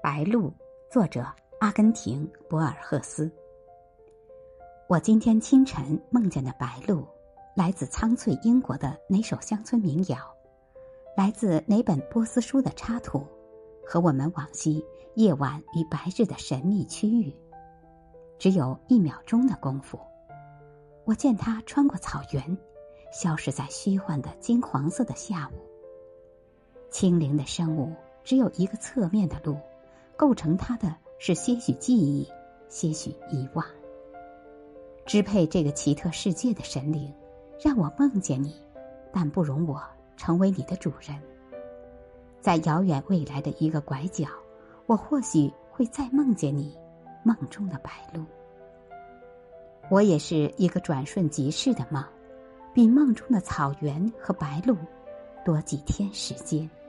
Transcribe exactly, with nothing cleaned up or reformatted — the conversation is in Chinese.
白鹭，作者阿根廷博尔赫斯。我今天清晨梦见的白鹭，来自苍翠英国的哪首乡村民谣，来自哪本波斯书的插图，和我们往昔夜晚与白日的神秘区域。只有一秒钟的功夫，我见它穿过草原，消失在虚幻的金黄色的下午。清灵的生物只有一个侧面的路，构成它的是些许记忆，些许遗忘。支配这个奇特世界的神灵，让我梦见你，但不容我成为你的主人。在遥远未来的一个拐角，我或许会再梦见你，梦中的白鹭。我也是一个转瞬即逝的梦，比梦中的草原和白鹭多几天时间。